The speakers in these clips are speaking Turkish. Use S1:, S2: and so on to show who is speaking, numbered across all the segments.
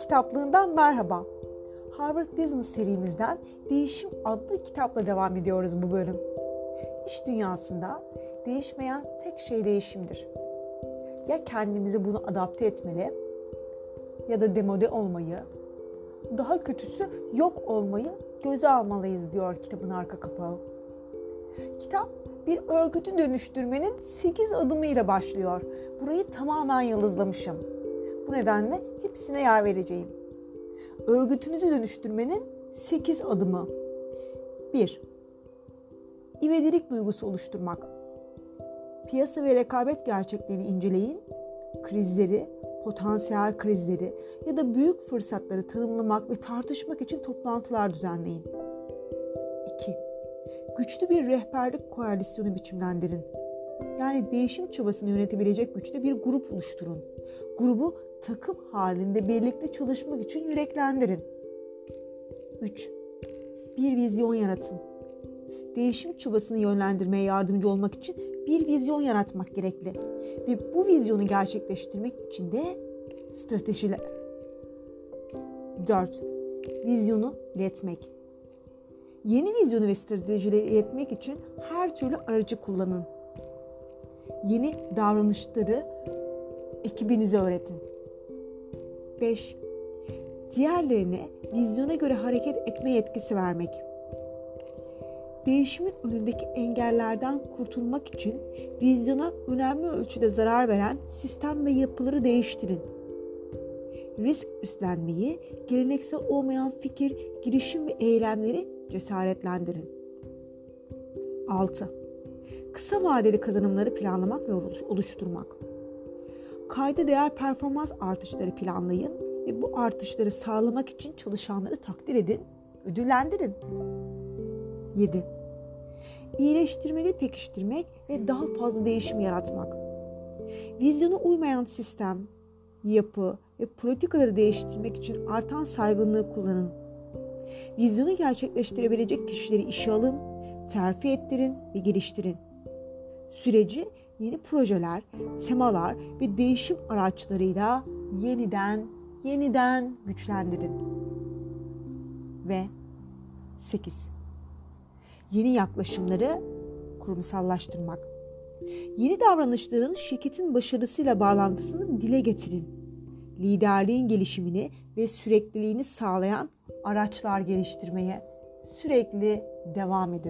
S1: kitaplığından merhaba. Harvard Business serimizden Değişim adlı kitapla devam ediyoruz bu bölüm. İş dünyasında değişmeyen tek şey değişimdir. Ya kendimizi buna adapte etmeli ya da demode olmayı, daha kötüsü yok olmayı göze almalıyız diyor kitabın arka kapağı. Kitap bir örgütü dönüştürmenin 8 adımıyla başlıyor. Burayı tamamen yıldızlamışım. Bu nedenle hepsine yer vereceğim. Örgütünüzü dönüştürmenin 8 adımı. 1. İvedilik duygusu oluşturmak. Piyasa ve rekabet gerçeklerini inceleyin. Krizleri, potansiyel krizleri ya da büyük fırsatları tanımlamak ve tartışmak için toplantılar düzenleyin. 2. Güçlü bir rehberlik koalisyonu biçimlendirin. Yani değişim çabasını yönetebilecek güçte bir grup oluşturun. Grubu takım halinde birlikte çalışmak için yüreklendirin. 3. Bir vizyon yaratın. Değişim çabasını yönlendirmeye yardımcı olmak için bir vizyon yaratmak gerekli. Ve bu vizyonu gerçekleştirmek için de stratejiler. 4. Vizyonu iletmek. Yeni vizyonu ve stratejileri iletmek için her türlü aracı kullanın. Yeni davranışları ekibinize öğretin. 5. Diğerlerine vizyona göre hareket etme yetkisi vermek. Değişimin önündeki engellerden kurtulmak için vizyona önemli ölçüde zarar veren sistem ve yapıları değiştirin. Risk üstlenmeyi, geleneksel olmayan fikir, girişim ve eylemleri cesaretlendirin. 6. Kısa vadeli kazanımları planlamak ve oluşturmak. Kayda değer performans artışları planlayın ve bu artışları sağlamak için çalışanları takdir edin, ödüllendirin. 7. İyileştirmeleri pekiştirmek ve daha fazla değişim yaratmak. Vizyona uymayan sistem, yapı ve politikaları değiştirmek için artan saygınlığı kullanın. Vizyonu gerçekleştirebilecek kişileri işe alın, terfi ettirin ve geliştirin. Süreci yeni projeler, temalar ve değişim araçlarıyla yeniden güçlendirin. Ve 8. Yeni yaklaşımları kurumsallaştırmak. Yeni davranışların şirketin başarısıyla bağlantısını dile getirin. Liderliğin gelişimini ve sürekliliğini sağlayan araçlar geliştirmeye sürekli devam edin.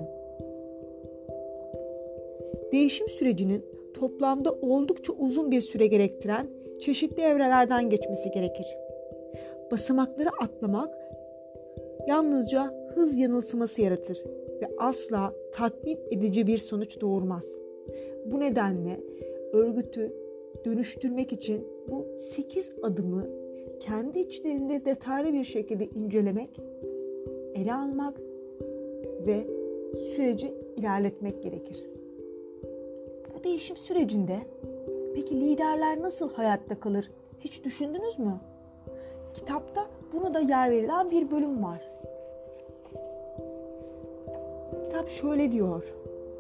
S1: Değişim sürecinin toplamda oldukça uzun bir süre gerektiren çeşitli evrelerden geçmesi gerekir. Basamakları atlamak yalnızca hız yanılsaması yaratır ve asla tatmin edici bir sonuç doğurmaz. Bu nedenle örgütü dönüştürmek için bu 8 adımı kendi içlerinde detaylı bir şekilde incelemek, ele almak ve süreci ilerletmek gerekir. Bu değişim sürecinde peki liderler nasıl hayatta kalır? Hiç düşündünüz mü? Kitapta buna da yer verilen bir bölüm var. Kitap şöyle diyor.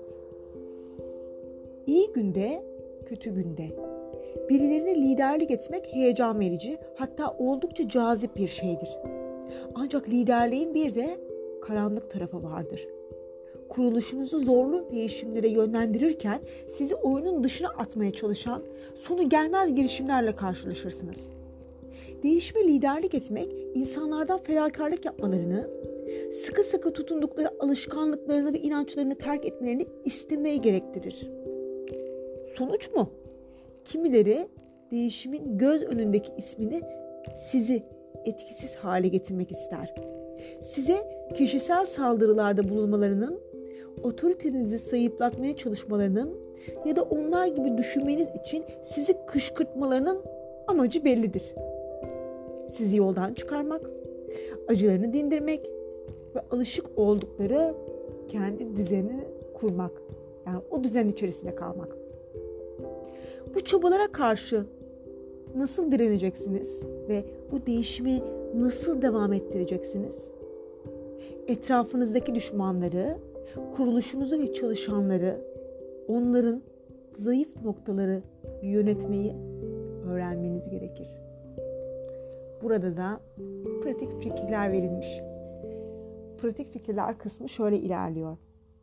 S1: İyi günde, kötü günde. Birilerine liderlik etmek heyecan verici, hatta oldukça cazip bir şeydir. Ancak liderliğin bir de karanlık tarafı vardır. Kuruluşunuzu zorlu değişimlere yönlendirirken sizi oyunun dışına atmaya çalışan sonu gelmez girişimlerle karşılaşırsınız. Değişime liderlik etmek, insanlardan fedakarlık yapmalarını, sıkı sıkı tutundukları alışkanlıklarını ve inançlarını terk etmelerini istemeyi gerektirir. Sonuç mu? Kimileri değişimin göz önündeki ismini sizi etkisiz hale getirmek ister. Size kişisel saldırılarda bulunmalarının, otoritenizi zayıflatmaya çalışmalarının ya da onlar gibi düşünmeniz için sizi kışkırtmalarının amacı bellidir. Sizi yoldan çıkarmak, acılarını dindirmek ve alışık oldukları kendi düzenini kurmak. Yani o düzen içerisinde kalmak. Bu çabalara karşı nasıl direneceksiniz ve bu değişimi nasıl devam ettireceksiniz? Etrafınızdaki düşmanları, kuruluşunuzu ve çalışanları, onların zayıf noktaları yönetmeyi öğrenmeniz gerekir. Burada da pratik fikirler verilmiş. Pratik fikirler kısmı şöyle ilerliyor.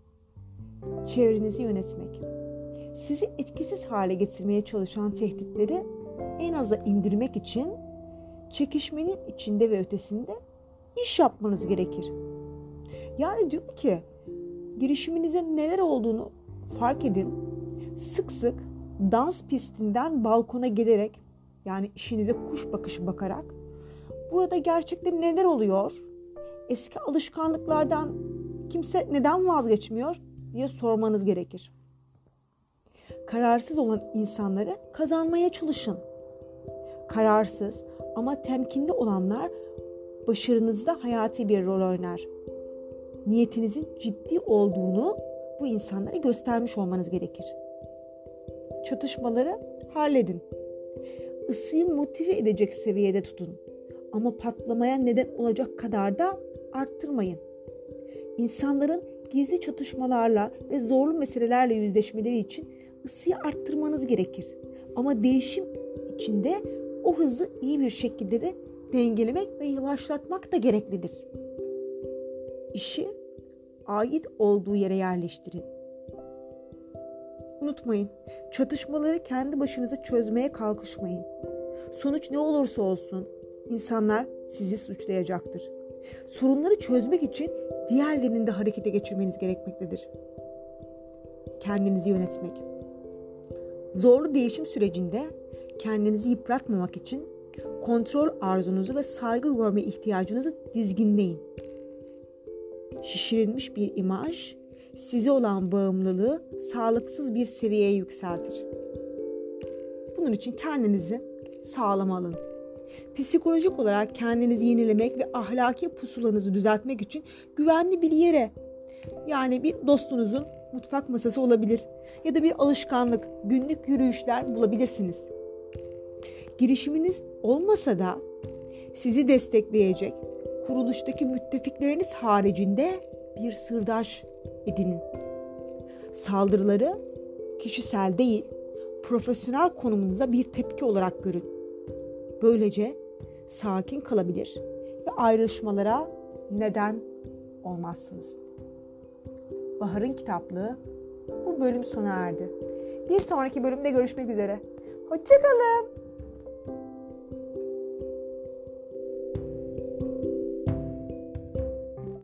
S1: Çevrenizi yönetmek. Sizi etkisiz hale getirmeye çalışan tehditleri en aza indirmek için çekişmenin içinde ve ötesinde iş yapmanız gerekir. Yani diyor ki girişiminizde neler olduğunu fark edin. Sık sık dans pistinden balkona gelerek, yani işinize kuş bakışı bakarak, burada gerçekten neler oluyor? Eski alışkanlıklardan kimse neden vazgeçmiyor diye sormanız gerekir. Kararsız olan insanları kazanmaya çalışın. Kararsız ama temkinli olanlar başarınızda hayati bir rol oynar. Niyetinizin ciddi olduğunu bu insanlara göstermiş olmanız gerekir. Çatışmaları halledin. Isıyı motive edecek seviyede tutun. Ama patlamaya neden olacak kadar da arttırmayın. İnsanların gizli çatışmalarla ve zorlu meselelerle yüzleşmeleri için ısıyı arttırmanız gerekir. Ama değişim içinde o hızı iyi bir şekilde de dengelemek ve yavaşlatmak da gereklidir. İşi ait olduğu yere yerleştirin. Unutmayın, çatışmaları kendi başınıza çözmeye kalkışmayın. Sonuç ne olursa olsun insanlar sizi suçlayacaktır. Sorunları çözmek için diğerlerini de harekete geçirmeniz gerekmektedir. Kendinizi yönetmek. Zorlu değişim sürecinde kendinizi yıpratmamak için kontrol arzunuzu ve saygı görme ihtiyacınızı dizginleyin. Şişirilmiş bir imaj size olan bağımlılığı sağlıksız bir seviyeye yükseltir. Bunun için kendinizi sağlam alın. Psikolojik olarak kendinizi yenilemek ve ahlaki pusulanızı düzeltmek için güvenli bir yere, yani bir dostunuzun mutfak masası olabilir ya da bir alışkanlık, günlük yürüyüşler bulabilirsiniz. Girişiminiz olmasa da sizi destekleyecek kuruluştaki müttefikleriniz haricinde bir sırdaş edinin. Saldırıları kişisel değil, profesyonel konumunuza bir tepki olarak görün. Böylece sakin kalabilir ve ayrışmalara neden olmazsınız. Bahar'ın kitaplığı bu bölüm sona erdi. Bir sonraki bölümde görüşmek üzere. Hoşça kalın.